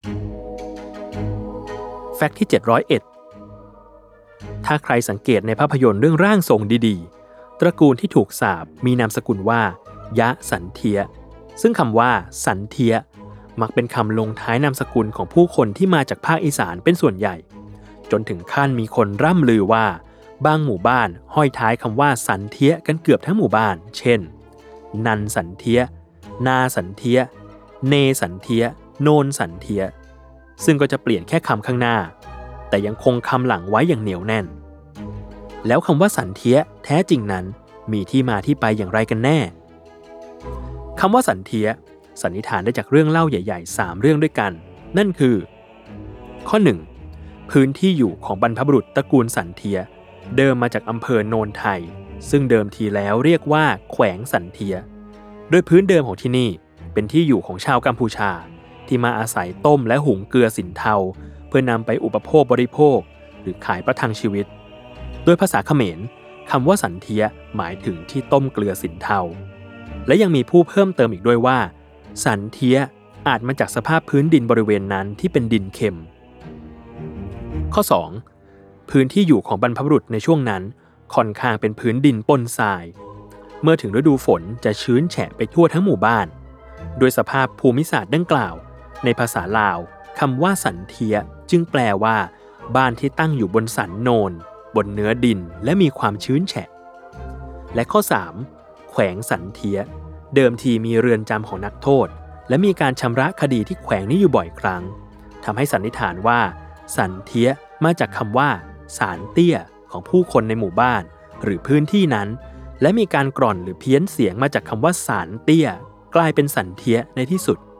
แฟกต์ที่701ถ้าใครสังเกตในภาพยนตร์เรื่องร่างทรงดีๆตระกูลที่ถูกสาปมีนามสกุลว่ายะสันเทียซึ่งคำว่าสันเทียมักเป็นคำลงท้ายนามสกุลของผู้คนที่มาจากภาคอีสานเป็นส่วนใหญ่จนถึงขั้นมีคนร่ำลือว่าบางหมู่บ้านห้อยท้ายคำว่าสันเทียกันเกือบทั้งหมู่บ้านเช่นนันสันเทียนาสันเทียเนสันเทียโนนสันเทียซึ่งก็จะเปลี่ยนแค่คำข้างหน้าแต่ยังคงคำหลังไว้อย่างเหนียวแน่นแล้วคำว่าสันเทียแท้จริงนั้นมีที่มาที่ไปอย่างไรกันแน่คำว่าสันเทียสันนิษฐานได้จากเรื่องเล่าใหญ่ๆ3เรื่องด้วยกันนั่นคือข้อ1พื้นที่อยู่ของบรรพบุรุษตระกูลสันเทียเดิมมาจากอำเภอโนนไทยซึ่งเดิมทีแล้วเรียกว่าแขวงสันเทียโดยพื้นเดิมของที่นี่เป็นที่อยู่ของชาวกัมพูชาที่มาอาศัยต้มและหุงเกลือสินเทาเพื่อนำไปอุปโภคบริโภคหรือขายประทังชีวิตโดยภาษาเขมรคำว่าสันเทียหมายถึงที่ต้มเกลือสินเทาและยังมีผู้เพิ่มเติมอีกด้วยว่าสันเทียอาจมาจากสภาพพื้นดินบริเวณนั้นที่เป็นดินเค็มข้อ2พื้นที่อยู่ของบรรพบุรุษในช่วงนั้นค่อนข้างเป็นพื้นดินปนทรายเมื่อถึงฤดูฝนจะชื้นแฉะไปทั่วทั้งหมู่บ้านโดยสภาพภูมิศาสตร์ดังกล่าวในภาษาลาวคำว่าสันเทียจึงแปลว่าบ้านที่ตั้งอยู่บนสันโนนบนเนื้อดินและมีความชื้นแฉะและข้อ3แขวงสันเทียเดิมทีมีเรือนจำของนักโทษและมีการชำระคดีที่แขวงนี้อยู่บ่อยครั้งทำให้สันนิษฐานว่าสันเทียมาจากคำว่าศาลเตี้ยของผู้คนในหมู่บ้านหรือพื้นที่นั้นและมีการกร่อนหรือเพี้ยนเสียงมาจากคำว่าศาลเตี้ยกลายเป็นสันเทียในที่สุด